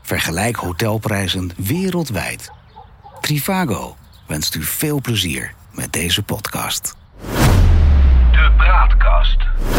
Vergelijk hotelprijzen wereldwijd. Trivago wenst u veel plezier met deze podcast. De Praatkast.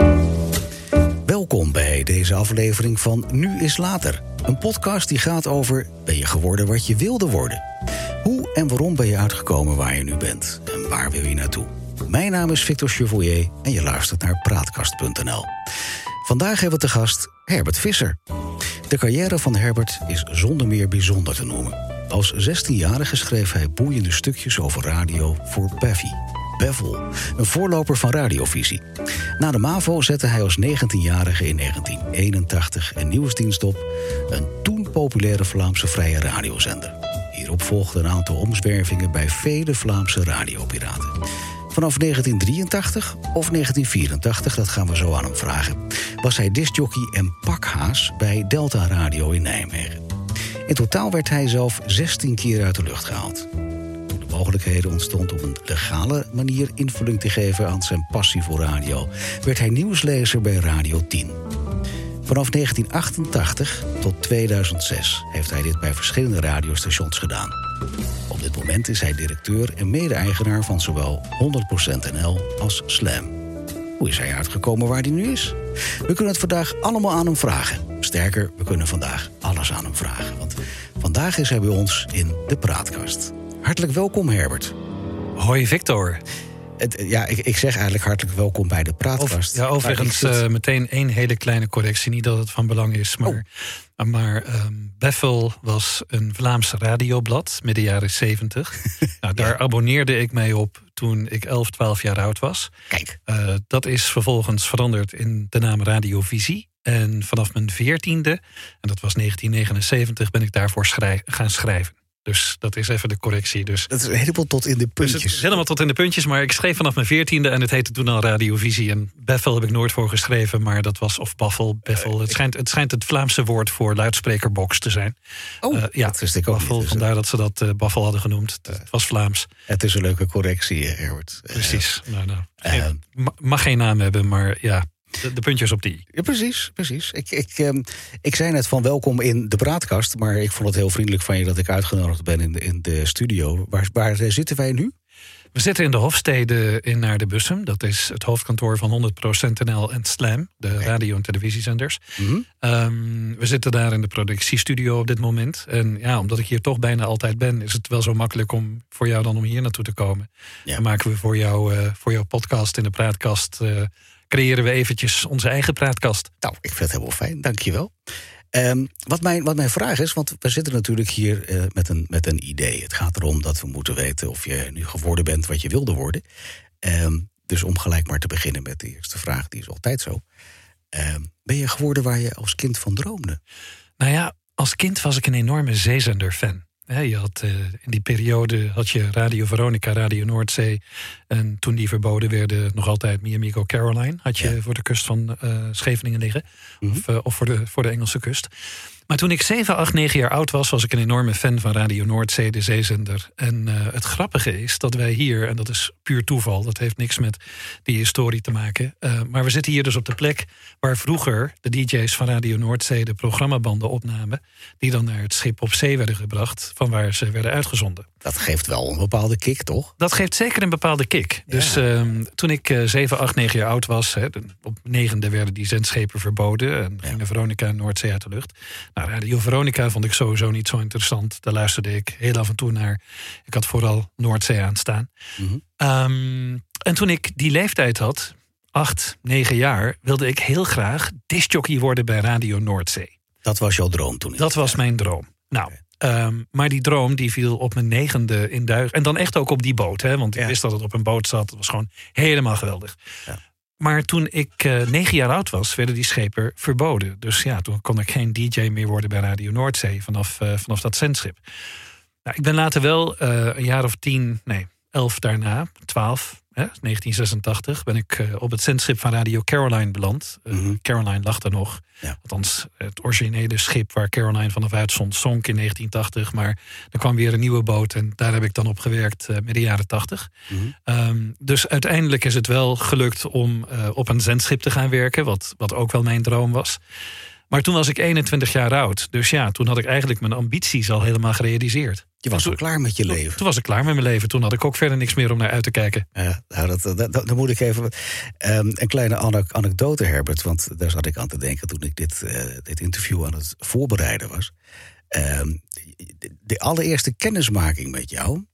Welkom bij deze aflevering van Nu is Later. Een podcast die gaat over: ben je geworden wat je wilde worden? Hoe en waarom ben je uitgekomen waar je nu bent? En waar wil je naartoe? Mijn naam is Victor Chevoyer en je luistert naar Praatkast.nl. Vandaag hebben we te gast Herbert Visser. De carrière van Herbert is zonder meer bijzonder te noemen. Als 16-jarige schreef hij boeiende stukjes over radio voor Bevel, een voorloper van radiovisie. Na de MAVO zette hij als 19-jarige in 1981 een nieuwsdienst op, een toen populaire Vlaamse vrije radiozender. Hierop volgden een aantal omzwervingen bij vele Vlaamse radiopiraten. Vanaf 1983 of 1984, dat gaan we zo aan hem vragen, was hij discjockey en pakhaas bij Delta Radio in Nijmegen. In totaal werd hij zelf 16 keer uit de lucht gehaald. Toen de mogelijkheden ontstond om een legale manier invulling te geven aan zijn passie voor radio, werd hij nieuwslezer bij Radio 10. Vanaf 1988 tot 2006 heeft hij dit bij verschillende radiostations gedaan. Op dit moment is hij directeur en mede-eigenaar van zowel 100% NL als Slam. Hoe is hij uitgekomen waar hij nu is? We kunnen het vandaag allemaal aan hem vragen. Sterker, we kunnen vandaag alles aan hem vragen. Want vandaag is hij bij ons in de Praatkast. Hartelijk welkom, Herbert. Hoi, Victor. Ik zeg eigenlijk hartelijk welkom bij de Praatkast. Overigens meteen één hele kleine correctie. Niet dat het van belang is, maar Bevel was een Vlaams radioblad midden jaren 70. Daar abonneerde ik mij op toen ik 11, 12 jaar oud was. Kijk. Dat is vervolgens veranderd in de naam Radiovisie. En vanaf mijn 14e, en dat was 1979, ben ik daarvoor gaan schrijven. Dus dat is even de correctie. Dus dat is helemaal tot in de puntjes. Dus het is helemaal tot in de puntjes, maar ik schreef vanaf mijn 14e en het heette toen al Radiovisie. En Bevel heb ik nooit voor geschreven, maar dat was, of Baffel, Bevel. Het schijnt het Vlaamse woord voor luidsprekerbox te zijn. Dat wist ik ook Baffel, niet. Vandaar dat ze dat Baffel hadden genoemd. Het was Vlaams. Het is een leuke correctie, Herbert. Precies. Mag geen naam hebben, maar ja. De puntjes op die. Ja, precies. Ik zei net van welkom in de Praatkast, maar ik vond het heel vriendelijk van je dat ik uitgenodigd ben in de studio. Waar zitten wij nu? We zitten in de Hofstede in Naar de Bussum. Dat is het hoofdkantoor van 100% NL en Slam, de radio- en televisiezenders. Mm-hmm. We zitten daar in de productiestudio op dit moment. En ja, omdat ik hier toch bijna altijd ben, is het wel zo makkelijk voor jou dan om hier naartoe te komen. Ja. Dan maken we voor jouw podcast in de Praatkast creëren we eventjes onze eigen praatkast. Nou, ik vind het helemaal fijn, dankjewel. Wat mijn vraag is, want we zitten natuurlijk hier met een idee. Het gaat erom dat we moeten weten of je nu geworden bent wat je wilde worden. Dus om gelijk maar te beginnen met de eerste vraag, die is altijd zo. Ben je geworden waar je als kind van droomde? Nou ja, als kind was ik een enorme zeezender-fan. Je had, in die periode had je Radio Veronica, Radio Noordzee. En toen die verboden werden, nog altijd Mi Amigo Caroline. Had je voor de kust van Scheveningen liggen. Mm-hmm. Of voor de Engelse kust. Maar toen ik 7, 8, 9 jaar oud was ik een enorme fan van Radio Noordzee, de zeezender. En het grappige is dat wij hier, en dat is puur toeval, dat heeft niks met die historie te maken. Maar we zitten hier dus op de plek waar vroeger de DJ's van Radio Noordzee de programmabanden opnamen, die dan naar het schip op zee werden gebracht, van waar ze werden uitgezonden. Dat geeft wel een bepaalde kick, toch? Dat geeft zeker een bepaalde kick. Ja. Dus toen ik 7, 8, 9 jaar oud was, op 9e werden die zendschepen verboden en gingen Veronica en Noordzee uit de lucht. Nou, Radio Veronica vond ik sowieso niet zo interessant. Daar luisterde ik heel af en toe naar. Ik had vooral Noordzee aanstaan. Mm-hmm. En toen ik die leeftijd had, 8, 9 jaar, wilde ik heel graag discjockey worden bij Radio Noordzee. Dat was jouw droom toen? Dat was mijn droom. Nou, maar die droom die viel op mijn 9e in duigen. En dan echt ook op die boot, want ik wist dat het op een boot zat. Het was gewoon helemaal geweldig. Ja. Maar toen ik 9 jaar oud was, werden die schepen verboden. Dus ja, toen kon ik geen DJ meer worden bij Radio Noordzee vanaf dat zendschip. Nou, ik ben later wel een jaar of 11 daarna, 12, 1986, ben ik op het zendschip van Radio Caroline beland. Caroline lag er nog. Ja. Althans, het originele schip waar Caroline vanaf uitzond zonk in 1980. Maar er kwam weer een nieuwe boot en daar heb ik dan op gewerkt midden jaren 80. Dus uiteindelijk is het wel gelukt om op een zendschip te gaan werken. Wat ook wel mijn droom was. Maar toen was ik 21 jaar oud. Dus ja, toen had ik eigenlijk mijn ambities al helemaal gerealiseerd. Je was al klaar met je leven. Toen was ik klaar met mijn leven. Toen had ik ook verder niks meer om naar uit te kijken. Ja, nou, dan moet ik even een kleine anekdote, Herbert. Want daar zat ik aan te denken toen ik dit interview aan het voorbereiden was. De allereerste kennismaking met jou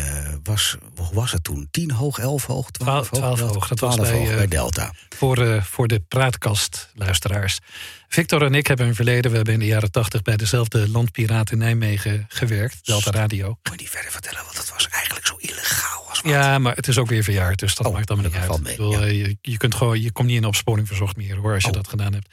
hoe was het toen? 10 hoog, 11 hoog, 12 hoog. Dat 12 was hoog bij Delta. Voor de praatkastluisteraars. Victor en ik hebben in het verleden... we hebben in de jaren 80 bij dezelfde landpiraat in Nijmegen gewerkt. Delta Radio. Moet je niet verder vertellen, want dat was eigenlijk zo illegaal als wat. Ja, maar het is ook weer verjaard, dus dat maakt allemaal niet uit. Mee, ik bedoel, je komt niet in opsporing verzocht meer, hoor, als je dat gedaan hebt.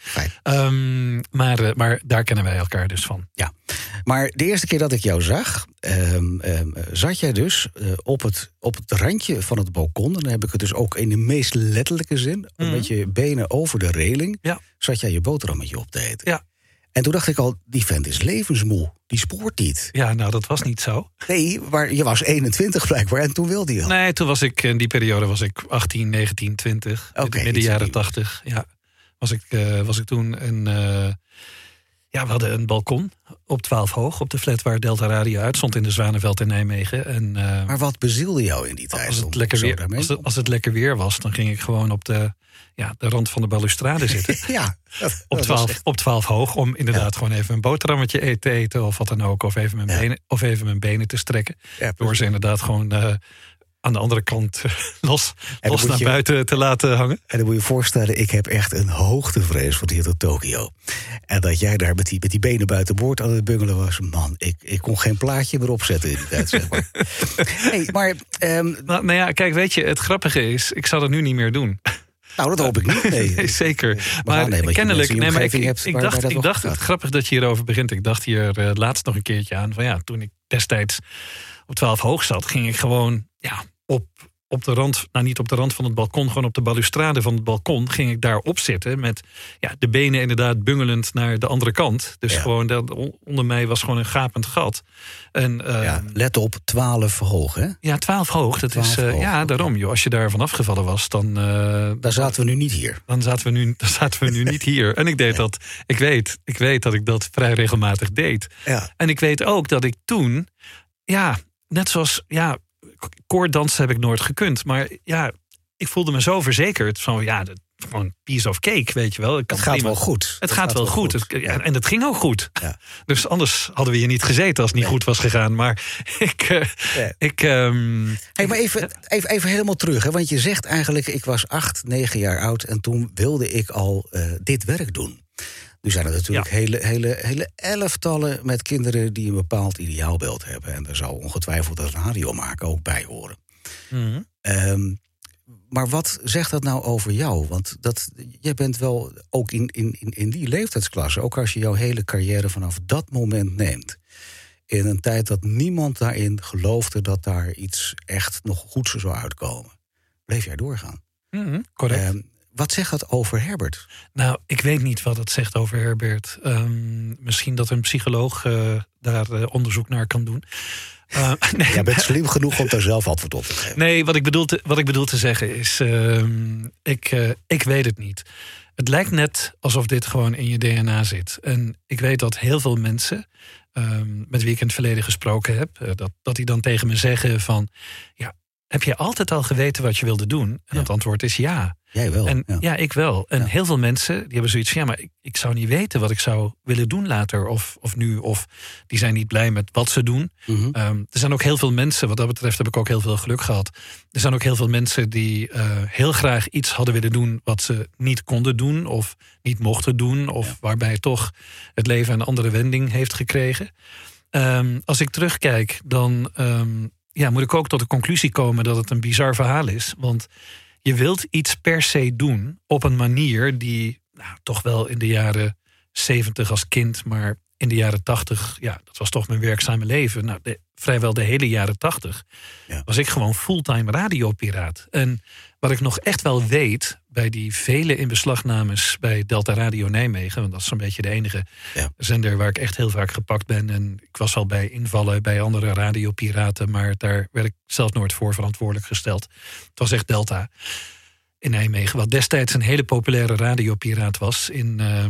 Maar daar kennen wij elkaar dus van. Ja, maar de eerste keer dat ik jou zag... zat jij dus op het randje van het balkon. En dan heb ik het dus ook in de meest letterlijke zin. Met je benen over de reling. Ja. Zat jij je boterhammetje op te eten. Ja. En toen dacht ik al, die vent is levensmoe. Die spoort niet. Ja, nou, dat was niet zo. Nee, maar je was 21 blijkbaar en toen wilde je al. Nee, toen was ik, in die periode was ik 18, 19, 20. Midden jaren 80. Ja, was ik toen we hadden een balkon op 12 hoog op de flat waar Delta Radio uitstond in de Zwanenveld in Nijmegen. En, maar wat bezielde jou in die tijd? Als het lekker weer was, dan ging ik gewoon op de rand van de balustrade zitten. Ja, op 12 hoog om inderdaad gewoon even een boterhammetje te eten of wat dan ook. Of even mijn benen te strekken. Ja, door ze inderdaad gewoon aan de andere kant los naar buiten te laten hangen. En dan moet je je voorstellen, ik heb echt een hoogtevrees van hier tot Tokio. En dat jij daar met die benen buiten boord aan het bungelen was. Man, ik kon geen plaatje meer opzetten in die tijd, zeg maar. Hey, maar nou ja, kijk, weet je, het grappige is, ik zal het nu niet meer doen. Nou, dat hoop ik niet. Nee, zeker. Maar kennelijk, ik dacht het grappig dat je hierover begint. Ik dacht hier laatst nog een keertje aan van toen ik destijds op 12 hoog zat, ging ik gewoon op de rand, niet op de rand van het balkon, gewoon op de balustrade van het balkon, ging ik daarop zitten met de benen inderdaad bungelend naar de andere kant. Dus gewoon onder mij was gewoon een gapend gat. En, let op, 12 hoog, hè? Ja, 12 hoog. Dat is hoog. Daarom, joh. Als je daar vanaf gevallen was, dan daar zaten we nu niet hier. Dan zaten we nu niet hier. En ik deed dat. Ik weet dat ik dat vrij regelmatig deed. Ja. En ik weet ook dat ik toen, net zoals koorddansen heb ik nooit gekund. Maar ik voelde me zo verzekerd van gewoon piece of cake, weet je wel. Het gaat wel goed. Het gaat wel goed. En het ging ook goed. Ja. Dus anders hadden we hier niet gezeten als het niet goed was gegaan. Maar maar even helemaal terug. Hè, want je zegt eigenlijk, ik was 8, 9 jaar oud en toen wilde ik al dit werk doen. Nu zijn er natuurlijk hele elftallen met kinderen die een bepaald ideaalbeeld hebben. En daar zal ongetwijfeld het radio maken ook bij horen. Mm-hmm. Maar wat zegt dat nou over jou? Want jij bent wel ook in die leeftijdsklasse, ook als je jouw hele carrière vanaf dat moment neemt, in een tijd dat niemand daarin geloofde dat daar iets echt nog goeds zou uitkomen, bleef jij doorgaan. Mm-hmm, correct. Wat zegt dat over Herbert? Nou, ik weet niet wat het zegt over Herbert. Misschien dat een psycholoog daar onderzoek naar kan doen. Nee, jij bent slim genoeg om daar zelf antwoord op te geven. Nee, wat ik bedoel te zeggen is, ik weet het niet. Het lijkt net alsof dit gewoon in je DNA zit. En ik weet dat heel veel mensen, met wie ik in het verleden gesproken heb, dat die dan tegen me zeggen van, heb je altijd al geweten wat je wilde doen? En het antwoord is ja. Jij wel. En, ik wel. En heel veel mensen die hebben zoiets van, maar ik zou niet weten wat ik zou willen doen later of nu. Of die zijn niet blij met wat ze doen. Mm-hmm. Er zijn ook heel veel mensen, wat dat betreft heb ik ook heel veel geluk gehad. Er zijn ook heel veel mensen die heel graag iets hadden willen doen wat ze niet konden doen of niet mochten doen. Of waarbij toch het leven een andere wending heeft gekregen. Als ik terugkijk, dan moet ik ook tot de conclusie komen dat het een bizar verhaal is. Want je wilt iets per se doen op een manier die toch wel in de jaren 70 als kind, maar in de jaren 80, dat was toch mijn werkzame leven. Vrijwel de hele jaren 80 was ik gewoon fulltime radiopiraat. En wat ik nog echt wel weet bij die vele inbeslagnames bij Delta Radio Nijmegen, want dat is zo'n beetje de enige zender waar ik echt heel vaak gepakt ben. En ik was al bij invallen bij andere radiopiraten, maar daar werd ik zelf nooit voor verantwoordelijk gesteld. Het was echt Delta in Nijmegen, wat destijds een hele populaire radiopiraat was in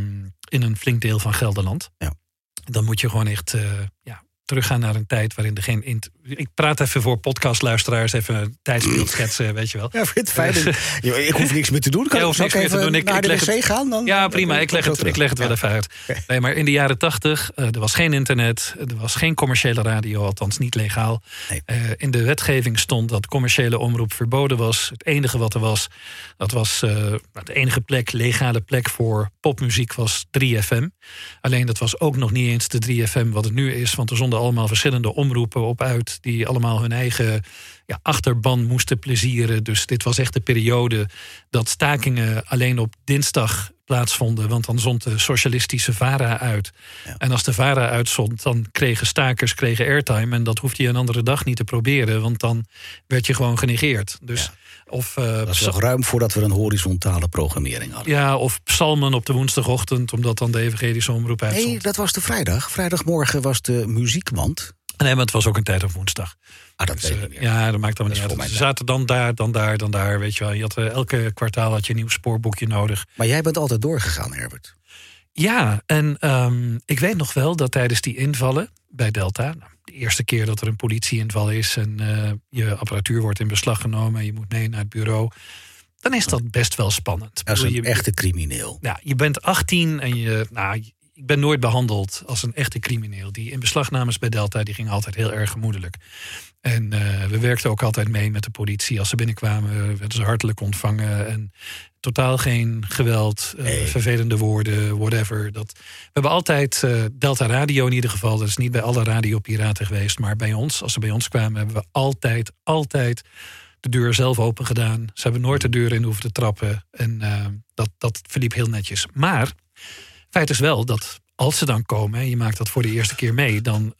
in een flink deel van Gelderland. Ja. Dan moet je gewoon echt teruggaan naar een tijd waarin er geen... Ik praat even voor podcastluisteraars, even een tijdsbeeld schetsen, weet je wel. Ja, vind het fijn. Ik hoef niks meer te doen. Kan ik niks meer te doen. Naar de wc gaan? Dan, ja, prima. Ik leg het wel even uit. Okay. Nee, maar in de jaren 80, er was geen internet. Er was geen commerciële radio, althans niet legaal. Nee. In de wetgeving stond dat commerciële omroep verboden was. Het enige wat er was, dat was de enige legale plek voor popmuziek was 3FM. Alleen dat was ook nog niet eens de 3FM wat het nu is. Want er zonden allemaal verschillende omroepen op uit die allemaal hun eigen achterban moesten plezieren. Dus dit was echt de periode dat stakingen alleen op dinsdag plaatsvonden. Want dan zond de socialistische VARA uit. Ja. En als de VARA uitzond, dan kregen stakers airtime. En dat hoefde je een andere dag niet te proberen. Want dan werd je gewoon genegeerd. Dus, dat is nog ruim voordat we een horizontale programmering hadden. Ja, of psalmen op de woensdagochtend, omdat dan de evangelische omroep uitzond. Nee, dat was de vrijdag. Vrijdagmorgen was de muziekmand. Nee, maar het was ook een tijd op woensdag. Ah, dat weet ik niet meer. Ja, dat maakt allemaal niet uit. Ze zaten dan daar, weet je wel. Je had, elke kwartaal had je een nieuw spoorboekje nodig. Maar jij bent altijd doorgegaan, Herbert. Ja, en ik weet nog wel dat tijdens die invallen bij Delta... de eerste keer dat er een politieinval is en je apparatuur wordt in beslag genomen... en je moet mee naar het bureau... dan is dat best wel spannend. Als een echte crimineel. Ja, je bent 18 en ik ben nooit behandeld als een echte crimineel. Die inbeslagnames bij Delta, die gingen altijd heel erg gemoedelijk. En we werkten ook altijd mee met de politie. Als ze binnenkwamen, werden ze hartelijk ontvangen. En totaal geen geweld, vervelende woorden, whatever. We hebben altijd Delta Radio in ieder geval. Dat is niet bij alle radiopiraten geweest. Maar bij ons, als ze bij ons kwamen, hebben we altijd de deur zelf open gedaan. Ze hebben nooit de deur in hoeven te trappen. En dat verliep heel netjes. Maar... feit is wel dat als ze dan komen en je maakt dat voor de eerste keer mee, dan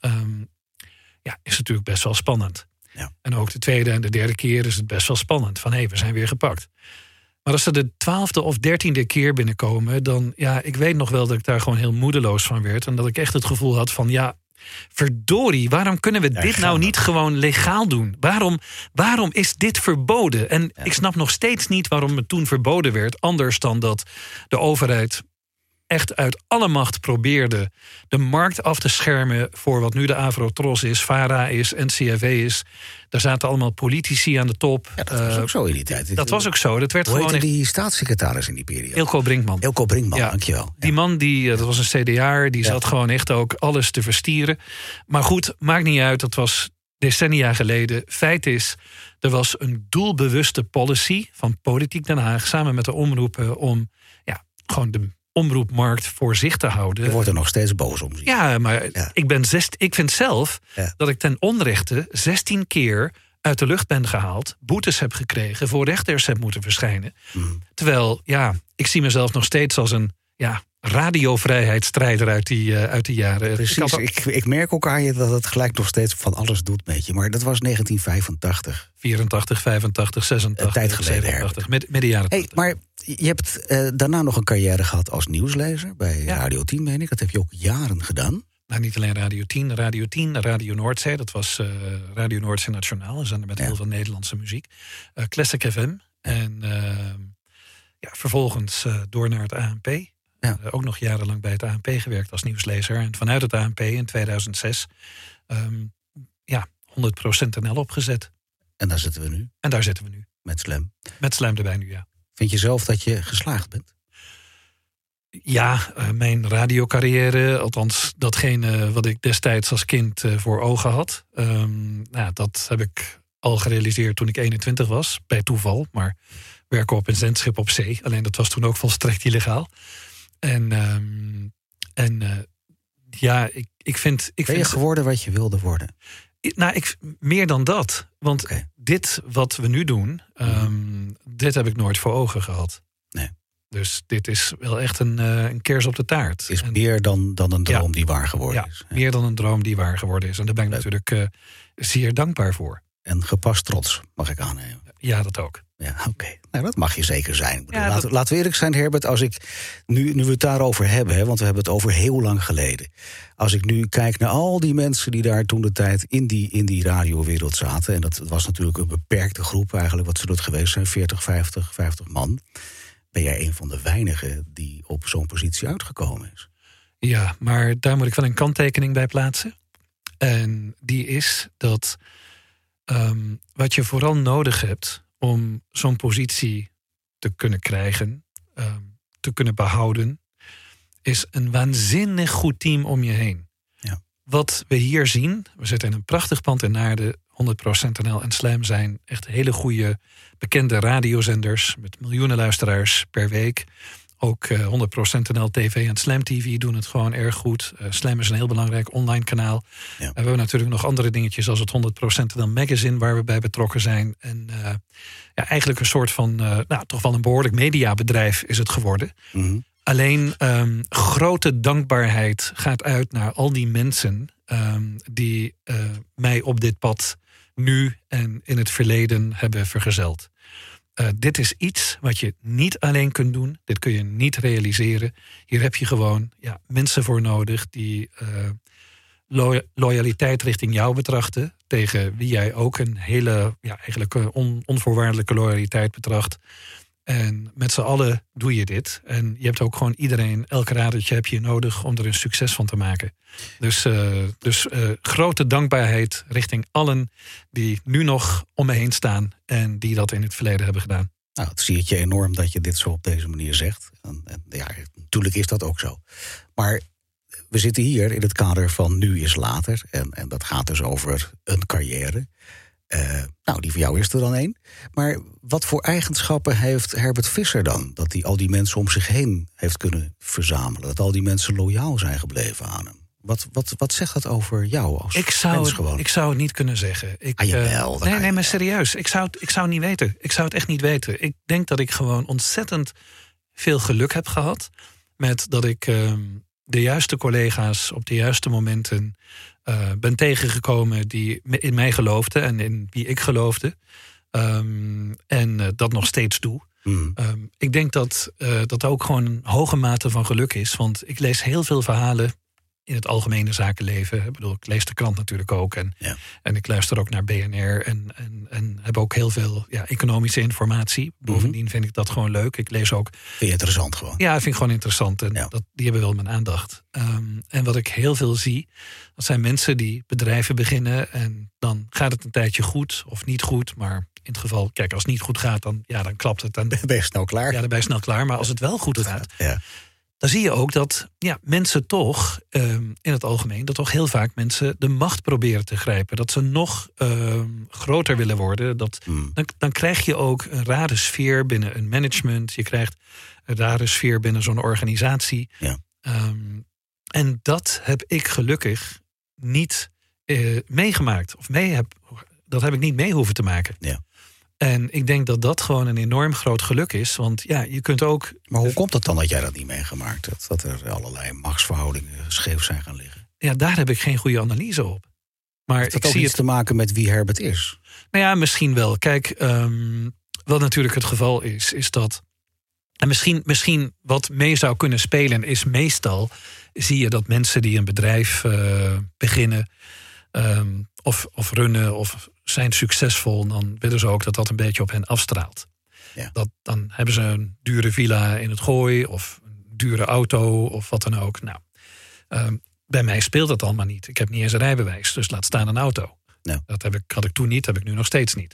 is het natuurlijk best wel spannend. Ja. En ook de tweede en de derde keer is het best wel spannend. Van we zijn weer gepakt. Maar als ze de 12e of 13e keer binnenkomen, dan ik weet nog wel dat ik daar gewoon heel moedeloos van werd. En dat ik echt het gevoel had van verdorie, waarom kunnen we dit nou niet gewoon legaal doen? Waarom is dit verboden? En ik snap nog steeds niet waarom het toen verboden werd. Anders dan dat de overheid echt uit alle macht probeerde de markt af te schermen voor wat nu de Avrotros is, VARA is, NCRV is. Daar zaten allemaal politici aan de top. Ja, dat was ook zo in die tijd. Dat was ook zo. Dat werd Hoe gewoon heette die staatssecretaris in die periode? Ilko Brinkman. Ja, dankjewel. Ja. Die man, dat was een CDA'er, die zat gewoon echt ook alles te verstieren. Maar goed, maakt niet uit, dat was decennia geleden. Feit is, er was een doelbewuste policy van Politiek Den Haag samen met de omroepen om gewoon de omroepmarkt voor zich te houden. Je wordt er nog steeds boos om. Ja, maar ik vind zelf dat ik ten onrechte 16 keer uit de lucht ben gehaald, boetes heb gekregen, voor rechters heb moeten verschijnen. Terwijl, ik zie mezelf nog steeds als een radiovrijheidsstrijder uit die jaren. Precies, ik merk ook aan je dat het gelijk nog steeds van alles doet met je. Maar dat was 1985. 84, 85, 86, tijd geleden, 87, met de jaren 80. Maar je hebt daarna nog een carrière gehad als nieuwslezer bij Radio 10, meen ik. Dat heb je ook jaren gedaan. Nou, niet alleen Radio 10, Radio Noordzee. Dat was Radio Noordzee Nationaal. We zijn met heel veel Nederlandse muziek. Classic FM. En vervolgens door naar het ANP. Ja. Ook nog jarenlang bij het ANP gewerkt als nieuwslezer. En vanuit het ANP in 2006 100% NL opgezet. En daar zitten we nu? En daar zitten we nu. Met Slam? Met Slam erbij nu, ja. Vind je zelf dat je geslaagd bent? Ja, mijn radiocarrière, althans datgene wat ik destijds als kind voor ogen had. Dat heb ik al gerealiseerd toen ik 21 was, bij toeval. Maar werken op een zendschip op zee. Alleen dat was toen ook volstrekt illegaal. Ik vind... Ben je geworden wat je wilde worden? Meer dan dat. Want dit wat we nu doen, dit heb ik nooit voor ogen gehad. Nee. Dus dit is wel echt een kers op de taart. Het is meer dan een droom die waar geworden is. Ja, meer dan een droom die waar geworden is. En daar ben ik natuurlijk zeer dankbaar voor. En gepast trots, mag ik aannemen. Ja, dat ook. Ja, oké. Nou, dat mag je zeker zijn. Laten we eerlijk zijn, Herbert. Als ik nu we het daarover hebben, want we hebben het over heel lang geleden. Als ik nu kijk naar al die mensen die daar toen de tijd in die radiowereld zaten. En dat was natuurlijk een beperkte groep eigenlijk, wat zullen het geweest zijn, 40, 50 man. ben jij een van de weinigen die op zo'n positie uitgekomen is. Ja, maar daar moet ik wel een kanttekening bij plaatsen. En die is dat wat je vooral nodig hebt om zo'n positie te kunnen krijgen, te kunnen behouden, is een waanzinnig goed team om je heen. Ja. Wat we hier zien, we zitten in een prachtig pand in Naarden, 100% NL en Slam zijn echt hele goede, bekende radiozenders met miljoenen luisteraars per week. Ook 100% NL TV en Slam TV doen het gewoon erg goed. Slam is een heel belangrijk online kanaal. Ja. We hebben natuurlijk nog andere dingetjes als het 100% NL Magazine waar we bij betrokken zijn. En eigenlijk een soort van, toch wel een behoorlijk mediabedrijf is het geworden. Mm-hmm. Alleen grote dankbaarheid gaat uit naar al die mensen die mij op dit pad nu en in het verleden hebben vergezeld. Dit is iets wat je niet alleen kunt doen. Dit kun je niet realiseren. Hier heb je gewoon mensen voor nodig die loyaliteit richting jou betrachten. Tegen wie jij ook een hele onvoorwaardelijke loyaliteit betracht. En met z'n allen doe je dit. En je hebt ook gewoon iedereen, elk radertje heb je nodig om er een succes van te maken. Dus grote dankbaarheid richting allen die nu nog om me heen staan en die dat in het verleden hebben gedaan. Nou, het zie je enorm dat je dit zo op deze manier zegt. En natuurlijk is dat ook zo. Maar we zitten hier in het kader van Nu is Later. En dat gaat dus over een carrière. Die voor jou is er dan één. Maar wat voor eigenschappen heeft Herbert Visser dan? Dat hij al die mensen om zich heen heeft kunnen verzamelen. Dat al die mensen loyaal zijn gebleven aan hem. Wat zegt dat over jou als mens gewoon? Ik zou het niet kunnen zeggen. Nee, maar serieus. Ik zou het niet weten. Ik zou het echt niet weten. Ik denk dat ik gewoon ontzettend veel geluk heb gehad. Met dat ik de juiste collega's op de juiste momenten ben tegengekomen die in mij geloofden en in wie ik geloofde. En dat nog steeds doe. Ik denk dat ook gewoon een hoge mate van geluk is. Want ik lees heel veel verhalen in het algemene zakenleven. Ik bedoel, ik lees de krant natuurlijk ook. En ik luister ook naar BNR. En heb ook heel veel economische informatie. Bovendien vind ik dat gewoon leuk. Ik lees ook. Vind je interessant gewoon? Ja, vind ik gewoon interessant. En die hebben wel mijn aandacht. En wat ik heel veel zie, dat zijn mensen die bedrijven beginnen. En dan gaat het een tijdje goed of niet goed. Maar in het geval, kijk, als het niet goed gaat, dan klapt het. Dan ben je snel klaar. Ja, dan ben je snel klaar. Maar als het wel goed gaat, dan zie je ook dat mensen toch, in het algemeen, dat toch heel vaak mensen de macht proberen te grijpen. Dat ze nog groter willen worden. Dan krijg je ook een rare sfeer binnen een management. Je krijgt een rare sfeer binnen zo'n organisatie. Ja. En dat heb ik gelukkig niet meegemaakt. Dat heb ik niet mee hoeven te maken. Ja. En ik denk dat dat gewoon een enorm groot geluk is. Want je kunt ook. Maar hoe komt het dan dat jij dat niet meegemaakt hebt? Dat er allerlei machtsverhoudingen scheef zijn gaan liggen? Ja, daar heb ik geen goede analyse op. Maar heeft dat ook iets te maken met wie Herbert is? Nou ja, misschien wel. Kijk, wat natuurlijk het geval is dat. En misschien wat mee zou kunnen spelen is meestal zie je dat mensen die een bedrijf beginnen of runnen of zijn succesvol, dan willen ze ook dat dat een beetje op hen afstraalt. Ja. Dan hebben ze een dure villa in het Gooi of een dure auto of wat dan ook. Nou, bij mij speelt dat allemaal niet. Ik heb niet eens een rijbewijs, dus laat staan een auto. Ja. Dat had ik toen niet, heb ik nu nog steeds niet.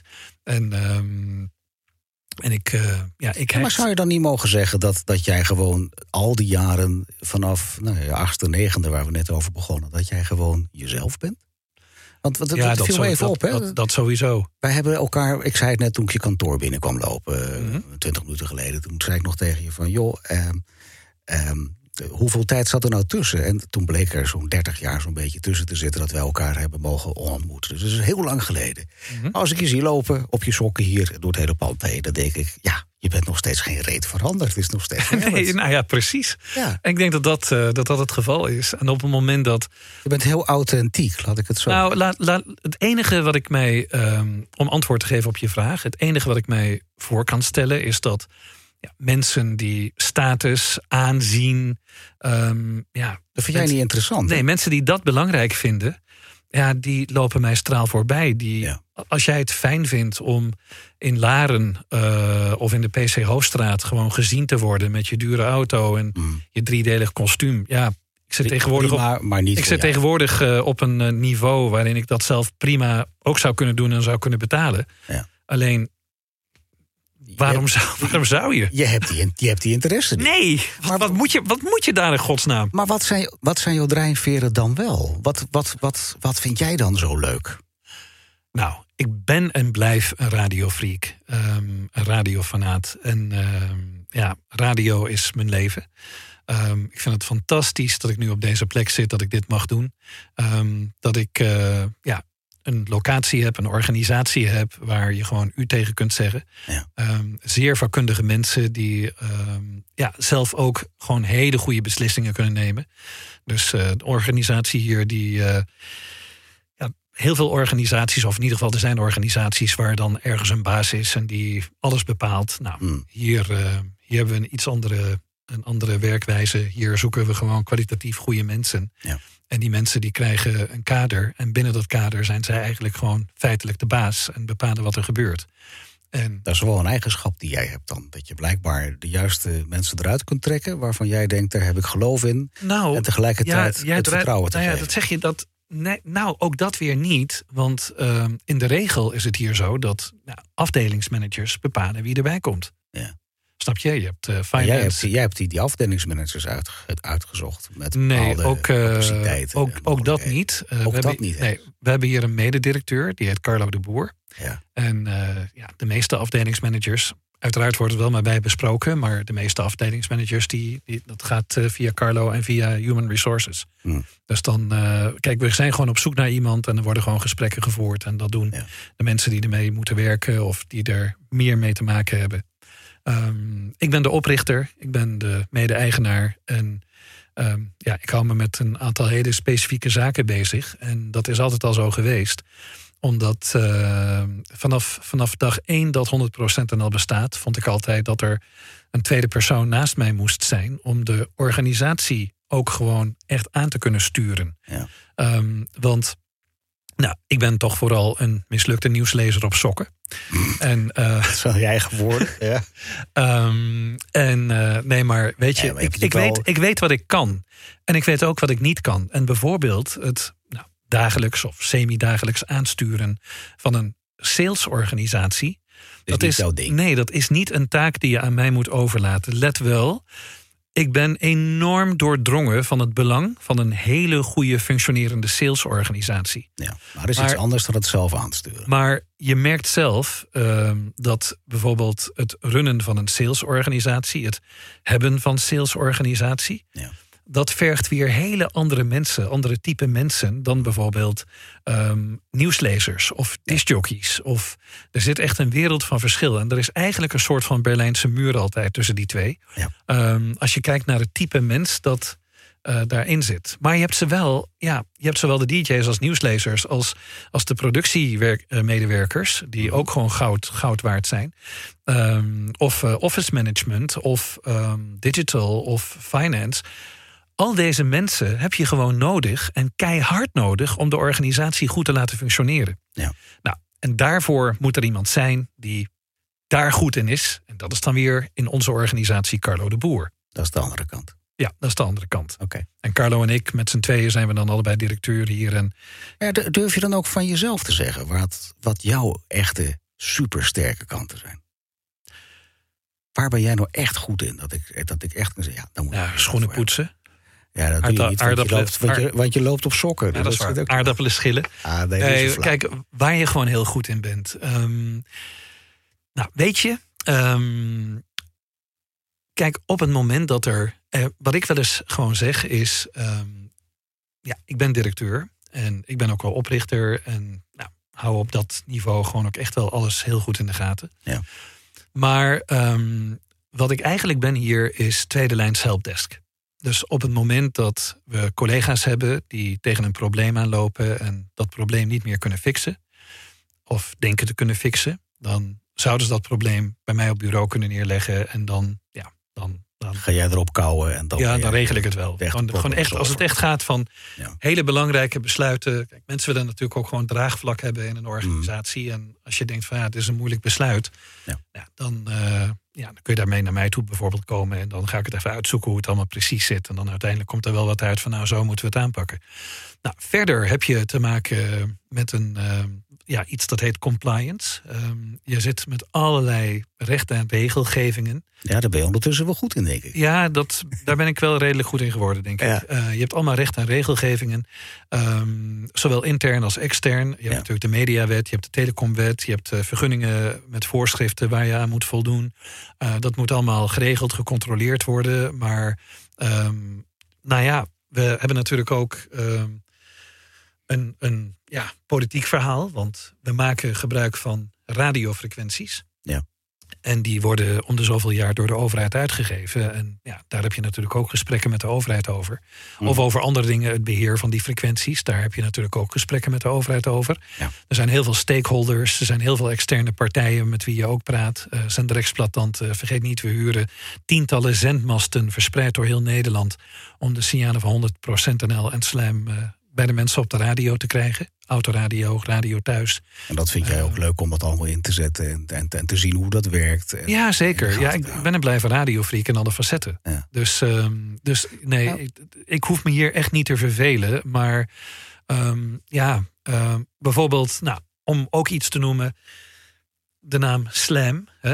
Maar zou je dan niet mogen zeggen dat jij gewoon al die jaren vanaf je 8e, 9e waar we net over begonnen, dat jij gewoon jezelf bent? Want dat viel me even op, hè? Dat sowieso. Wij hebben elkaar, ik zei het net toen ik je kantoor binnenkwam lopen, 20 minuten geleden. Toen zei ik nog tegen je van, joh, hoeveel tijd zat er nou tussen? En toen bleek er zo'n 30 jaar zo'n beetje tussen te zitten dat wij elkaar hebben mogen ontmoeten. Dus dat is heel lang geleden. Maar als ik je zie lopen op je sokken hier door het hele pand heen, dan denk ik, je bent nog steeds geen reet veranderd. Het is nog steeds nee, nou ja, precies. Ja. En ik denk dat het geval is. En op het moment dat. Je bent heel authentiek, laat ik het zo. Nou, het enige wat ik mij, om antwoord te geven op je vraag, het enige wat ik mij voor kan stellen is dat mensen die status, aanzien. Dat vind jij niet interessant? Nee, mensen die dat belangrijk vinden, die lopen mij straal voorbij. Als jij het fijn vindt om in Laren of in de PC Hoofdstraat gewoon gezien te worden met je dure auto en je driedelig kostuum. Ja, ik zit tegenwoordig op een niveau waarin ik dat zelf prima ook zou kunnen doen en zou kunnen betalen. Ja. Alleen, waarom zou je? Je hebt die interesse niet. Nee, maar wat moet je daar in godsnaam? Maar wat zijn jouw drijfveren dan wel? Wat vind jij dan zo leuk? Nou, ik ben en blijf een radiofreak. Een radiofanaat. En radio is mijn leven. Ik vind het fantastisch dat ik nu op deze plek zit, dat ik dit mag doen. Dat ik een locatie heb, een organisatie heb waar je gewoon u tegen kunt zeggen. Ja. Zeer vakkundige mensen die zelf ook gewoon hele goede beslissingen kunnen nemen. Dus de organisatie hier die heel veel organisaties, of in ieder geval er zijn organisaties waar dan ergens een baas is en die alles bepaalt. Nou, hier hebben we een andere werkwijze. Hier zoeken we gewoon kwalitatief goede mensen. Ja. En die mensen die krijgen een kader. En binnen dat kader zijn zij eigenlijk gewoon feitelijk de baas en bepalen wat er gebeurt. En dat is wel een eigenschap die jij hebt dan. Dat je blijkbaar de juiste mensen eruit kunt trekken waarvan jij denkt, daar heb ik geloof in. Nou, en tegelijkertijd het vertrouwen te geven. Ja, dat zeg je dat. Nee, nou, ook dat weer niet. Want in de regel is het hier zo dat afdelingsmanagers bepalen wie erbij komt. Ja. Snap je? Je hebt finance. Jij hebt die afdelingsmanagers uitgezocht met bepaalde capaciteiten. Ook dat niet. We hebben hier een mededirecteur, die heet Carlo de Boer. Ja. En de meeste afdelingsmanagers, uiteraard wordt het wel maar bij besproken, maar de meeste afdelingsmanagers, dat gaat via Carlo en via Human Resources. Dus dan, kijk, we zijn gewoon op zoek naar iemand en er worden gewoon gesprekken gevoerd. En dat doen de mensen die ermee moeten werken of die er meer mee te maken hebben. Ik ben de oprichter, ik ben de mede-eigenaar en ik hou me met een aantal hele specifieke zaken bezig. En dat is altijd al zo geweest. Omdat vanaf dag 1 dat 100% en al bestaat, vond ik altijd dat er een tweede persoon naast mij moest zijn om de organisatie ook gewoon echt aan te kunnen sturen. Ja. Want ik ben toch vooral een mislukte nieuwslezer op sokken. En, dat is wel je eigen woorden. Ja. Nee, maar weet je, ik weet wat ik kan. En ik weet ook wat ik niet kan. En bijvoorbeeld het dagelijks of semi-dagelijks aansturen van een salesorganisatie. Dat is jouw ding. Nee, dat is niet een taak die je aan mij moet overlaten. Let wel, ik ben enorm doordrongen van het belang van een hele goede functionerende salesorganisatie. Ja, maar dat is iets anders dan het zelf aansturen. Maar je merkt zelf dat bijvoorbeeld het runnen van een salesorganisatie, het hebben van salesorganisatie, dat vergt weer hele andere mensen, andere type mensen dan bijvoorbeeld nieuwslezers of discjockeys. Of er zit echt een wereld van verschil. En er is eigenlijk een soort van Berlijnse muur altijd tussen die twee. Ja. Als je kijkt naar het type mens dat daarin zit. Maar je hebt zowel de DJ's als nieuwslezers als de productiemedewerkers, die ook gewoon goud waard zijn. Of office management of digital of finance. Al deze mensen heb je gewoon nodig en keihard nodig om de organisatie goed te laten functioneren. Ja. Nou, en daarvoor moet er iemand zijn die daar goed in is. En dat is dan weer in onze organisatie Carlo de Boer. Dat is de andere kant. Ja, dat is de andere kant. Okay. En Carlo en ik, met z'n tweeën zijn we dan allebei directeur hier. En durf je dan ook van jezelf te zeggen wat jouw echte supersterke kanten zijn? Waar ben jij nou echt goed in? Dat ik echt kan zeggen, schoenen poetsen. Ja, dat doe je niet, want je loopt op sokken. Ja, dat is waar. Aardappelen schillen. Kijk, waar je gewoon heel goed in bent. Weet je, kijk, op het moment dat wat ik wel eens gewoon zeg is, ik ben directeur en ik ben ook wel oprichter en hou op dat niveau gewoon ook echt wel alles heel goed in de gaten. Ja. Maar wat ik eigenlijk ben hier is tweede lijns helpdesk. Dus op het moment dat we collega's hebben die tegen een probleem aanlopen en dat probleem niet meer kunnen fixen, of denken te kunnen fixen, dan zouden ze dat probleem bij mij op bureau kunnen neerleggen en dan Dan ga jij erop kouwen en dan... Ja, dan regel ik het wel. Gewoon echt, als het echt gaat van hele belangrijke besluiten. Kijk, mensen willen natuurlijk ook gewoon draagvlak hebben in een organisatie. En als je denkt van het is een moeilijk besluit. Dan kun je daarmee naar mij toe bijvoorbeeld komen. En dan ga ik het even uitzoeken hoe het allemaal precies zit. En dan uiteindelijk komt er wel wat uit van zo moeten we het aanpakken. Nou, verder heb je te maken met iets dat heet compliance. Je zit met allerlei recht- en regelgevingen. Ja, daar ben je ondertussen wel goed in, denk ik. Ja, daar ben ik wel redelijk goed in geworden, denk ik. Je hebt allemaal recht- en regelgevingen. Zowel intern als extern. Je hebt natuurlijk de mediawet, je hebt de telecomwet. Je hebt vergunningen met voorschriften waar je aan moet voldoen. Dat moet allemaal geregeld, gecontroleerd worden. Maar we hebben natuurlijk ook... een politiek verhaal, want we maken gebruik van radiofrequenties. Ja. En die worden om de zoveel jaar door de overheid uitgegeven. En daar heb je natuurlijk ook gesprekken met de overheid over. Of over andere dingen, het beheer van die frequenties. Daar heb je natuurlijk ook gesprekken met de overheid over. Ja. Er zijn heel veel stakeholders, er zijn heel veel externe partijen met wie je ook praat. Zenderexploitant, vergeet niet, we huren tientallen zendmasten verspreid door heel Nederland om de signalen van 100% NL en Slam bij de mensen op de radio te krijgen. Autoradio, radio thuis. En dat vind jij ook leuk om dat allemaal in te zetten en te zien hoe dat werkt. Ja, zeker. Ik ben een blijven radiofreak in alle facetten. Ja. Dus nee, ik hoef me hier echt niet te vervelen. Maar bijvoorbeeld, om ook iets te noemen, de naam Slam. 100%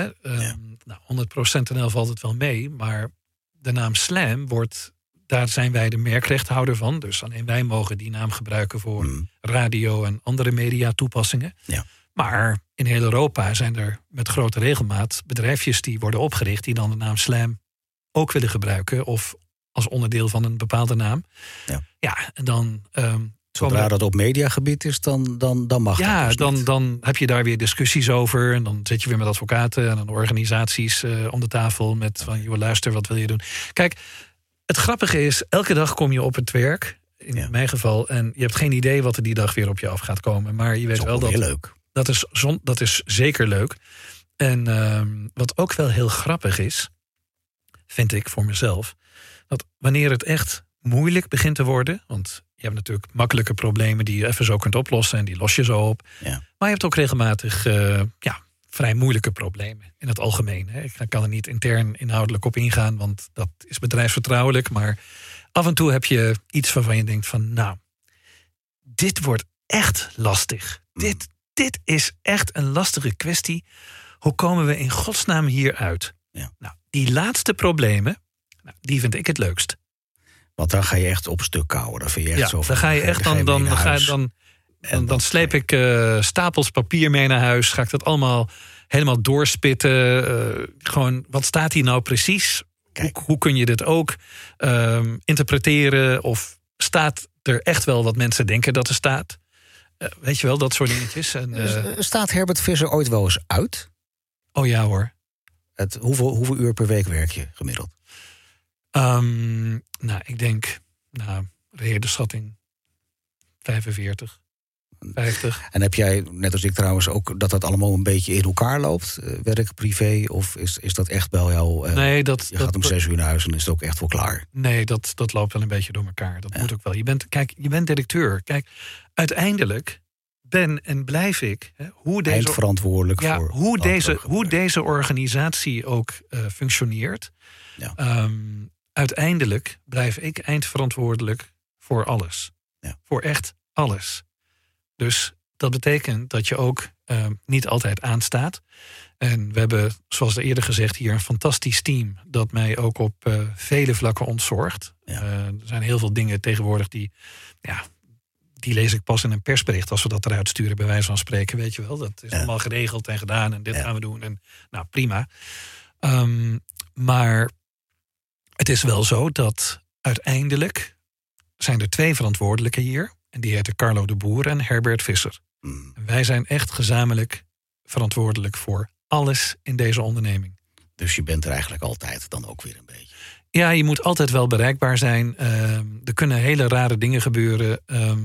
NL valt het wel mee, maar de naam Slam wordt... Daar zijn wij de merkrechthouder van. Dus alleen wij mogen die naam gebruiken voor radio en andere mediatoepassingen. Ja. Maar in heel Europa zijn er met grote regelmaat bedrijfjes die worden opgericht die dan de naam Slam ook willen gebruiken of als onderdeel van een bepaalde naam. Ja, en dan... Zodra dat op mediagebied is, dan mag dat. Ja, dan heb je daar weer discussies over. En dan zit je weer met advocaten en organisaties om de tafel met van, joh, luister, wat wil je doen? Kijk, het grappige is, elke dag kom je op het werk, in mijn geval, en je hebt geen idee wat er die dag weer op je af gaat komen. Maar je weet wel dat... Heel leuk. Dat is zeker leuk. En wat ook wel heel grappig is, vind ik voor mezelf, dat wanneer het echt moeilijk begint te worden, want je hebt natuurlijk makkelijke problemen die je even zo kunt oplossen en die los je zo op. Ja. Maar je hebt ook regelmatig vrij moeilijke problemen in het algemeen. Hè. Ik kan er niet intern inhoudelijk op ingaan, want dat is bedrijfsvertrouwelijk. Maar af en toe heb je iets waarvan je denkt van, dit wordt echt lastig. Dit is echt een lastige kwestie. Hoe komen we in godsnaam hier uit? Ja. Nou, die laatste problemen, die vind ik het leukst. Want dan ga je echt op stuk kouwen. Dan vind je echt zo van, dan ga je echt dan sleep ik stapels papier mee naar huis. Ga ik dat allemaal helemaal doorspitten. Gewoon, wat staat hier nou precies? Hoe kun je dit ook interpreteren? Of staat er echt wel wat mensen denken dat er staat? Weet je wel, dat soort dingetjes. Staat Herbert Visser ooit wel eens uit? Oh ja hoor. Hoeveel uur per week werk je gemiddeld? Ik denk, reële schatting 45, 50. En heb jij, net als ik trouwens, ook dat allemaal een beetje in elkaar loopt? Werk, privé? Of is dat echt wel jou... Nee, je gaat om 6 uur naar huis en is het ook echt wel klaar? Nee, dat loopt wel een beetje door elkaar. Dat moet ook wel. Je bent directeur. Kijk, uiteindelijk ben en blijf ik... eindverantwoordelijk voor... Hoe deze organisatie ook functioneert... Ja. Uiteindelijk blijf ik eindverantwoordelijk voor alles. Ja. Voor echt alles. Dus dat betekent dat je ook niet altijd aanstaat. En we hebben, zoals eerder gezegd, hier een fantastisch team dat mij ook op vele vlakken ontzorgt. Ja. Er zijn heel veel dingen tegenwoordig die lees ik pas in een persbericht als we dat eruit sturen, bij wijze van spreken, weet je wel. Dat is allemaal geregeld en gedaan en dit gaan we doen. En prima. Maar het is wel zo dat uiteindelijk zijn er 2 verantwoordelijken hier. En die heten Carlo de Boer en Herbert Visser. Wij zijn echt gezamenlijk verantwoordelijk voor alles in deze onderneming. Dus je bent er eigenlijk altijd dan ook weer een beetje? Ja, je moet altijd wel bereikbaar zijn. Er kunnen hele rare dingen gebeuren.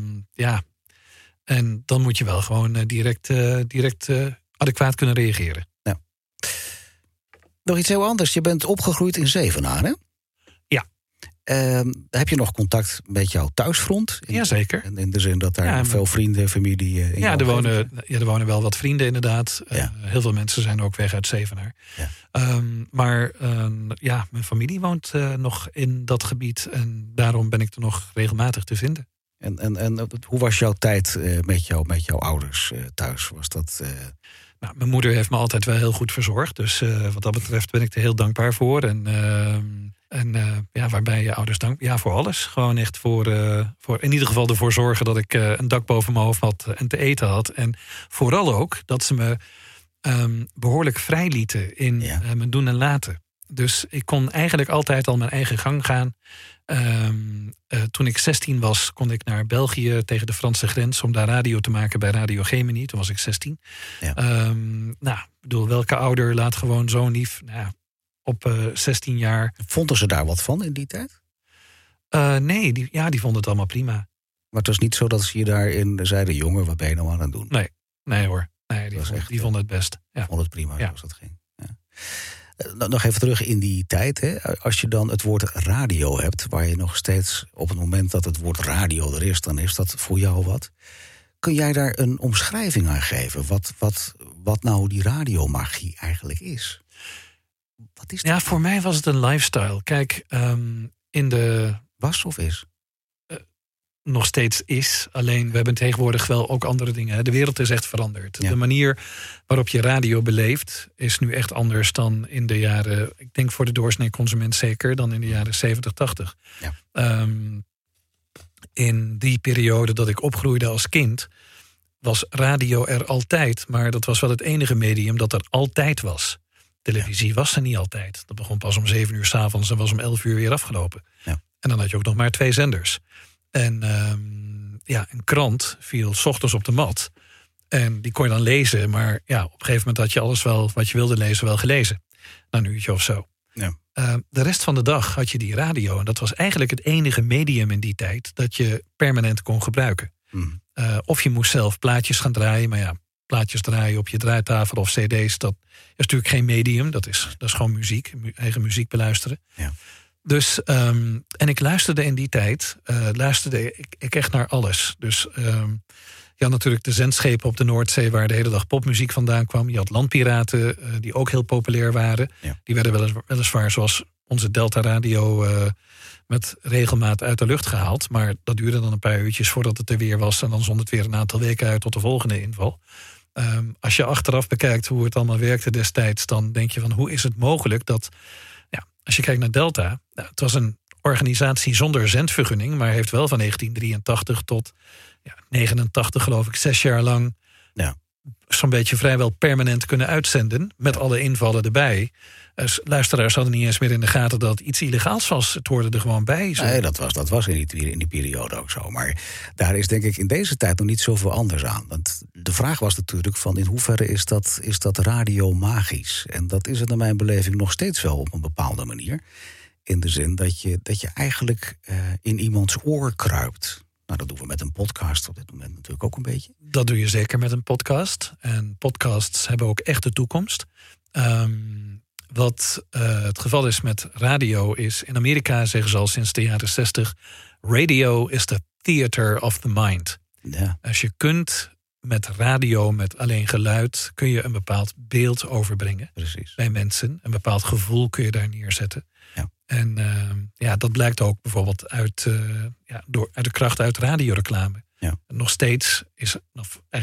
En dan moet je wel gewoon direct adequaat kunnen reageren. Nog iets heel anders. Je bent opgegroeid in Zevenaar, hè? Ja. Heb je nog contact met jouw thuisfront? Jazeker. In de zin dat daar veel vrienden, familie in ja, er wonen wel wat vrienden inderdaad. Ja. Heel veel mensen zijn ook weg uit Zevenaar. Ja. Maar mijn familie woont nog in dat gebied. En daarom ben ik er nog regelmatig te vinden. En hoe was jouw tijd met jouw ouders thuis? Was dat... Nou, mijn moeder heeft me altijd wel heel goed verzorgd. Dus wat dat betreft ben ik er heel dankbaar voor. Waar ben je ouders dankbaar? Ja, voor alles. Gewoon echt voor in ieder geval ervoor zorgen dat ik een dak boven mijn hoofd had en te eten had. En vooral ook dat ze me behoorlijk vrij lieten in mijn doen en laten. Dus ik kon eigenlijk altijd al mijn eigen gang gaan. Toen ik 16 was, kon ik naar België tegen de Franse grens om daar radio te maken bij Radio Gemini. Toen was ik 16. Ja. Welke ouder laat gewoon zo'n lief op 16 jaar. Vonden ze daar wat van in die tijd? Nee, die vonden het allemaal prima. Maar het was niet zo dat ze je daarin zeiden, jongen, wat ben je nou aan het doen? Nee hoor. Nee, die vonden het best. Ja. Vonden het prima zoals dat ging. Ja. Nog even terug in die tijd. Hè. Als je dan het woord radio hebt, waar je nog steeds op het moment dat het woord radio er is, dan is dat voor jou wat. Kun jij daar een omschrijving aan geven? Wat nou die radiomagie eigenlijk is? Wat is dat? Ja, voor mij was het een lifestyle. Kijk, in de... Was of is? Nog steeds is. Alleen, we hebben tegenwoordig wel ook andere dingen. De wereld is echt veranderd. Ja. De manier waarop je radio beleeft is nu echt anders dan in de jaren... Ik denk voor de doorsnee consument zeker dan in de jaren 70, 80. Ja. In die periode dat ik opgroeide als kind was radio er altijd. Maar dat was wel het enige medium dat er altijd was. Televisie was er niet altijd. Dat begon pas om 7 uur 's avonds en was om 11 uur weer afgelopen. Ja. En dan had je ook nog maar 2 zenders. En een krant viel 's ochtends op de mat. En die kon je dan lezen. Maar ja, op een gegeven moment had je alles wel wat je wilde lezen wel gelezen. Na een uurtje of zo. Ja. De rest van de dag had je die radio. En dat was eigenlijk het enige medium in die tijd dat je permanent kon gebruiken. Mm. Of je moest zelf plaatjes gaan draaien. Maar ja, plaatjes draaien op je draaitafel of cd's, dat is natuurlijk geen medium. Dat is gewoon muziek, eigen muziek beluisteren. Ja. Dus, en ik luisterde in die tijd, ik echt naar alles. Dus je had natuurlijk de zendschepen op de Noordzee waar de hele dag popmuziek vandaan kwam. Je had landpiraten die ook heel populair waren. Ja. Die werden weliswaar zoals onze Delta Radio met regelmaat uit de lucht gehaald. Maar dat duurde dan een paar uurtjes voordat het er weer was. En dan zond het weer een aantal weken uit tot de volgende inval. Als je achteraf bekijkt hoe het allemaal werkte destijds, dan denk je van hoe is het mogelijk dat... Als je kijkt naar Delta, het was een organisatie zonder zendvergunning, maar heeft wel van 1983 tot 89, geloof ik, 6 jaar lang zo'n beetje vrijwel permanent kunnen uitzenden, met alle invallen erbij. Dus luisteraars hadden niet eens meer in de gaten dat het iets illegaals was. Het hoorde er gewoon bij. Zo. Nee, dat was in die periode ook zo. Maar daar is denk ik in deze tijd nog niet zoveel anders aan. Want de vraag was natuurlijk van in hoeverre is dat radio magisch? En dat is het naar mijn beleving nog steeds wel op een bepaalde manier. In de zin dat je eigenlijk in iemands oor kruipt. Nou, dat doen we met een podcast op dit moment natuurlijk ook een beetje. Dat doe je zeker met een podcast. En podcasts hebben ook echt de toekomst. Wat het geval is met radio is... in Amerika zeggen ze al sinds de jaren 60... radio is the theater of the mind. Ja. Als je kunt met radio, met alleen geluid... kun je een bepaald beeld overbrengen. Precies. Bij mensen. Een bepaald gevoel kun je daar neerzetten. Ja. En dat blijkt ook bijvoorbeeld uit de kracht uit radioreclame. Ja. Nog steeds is...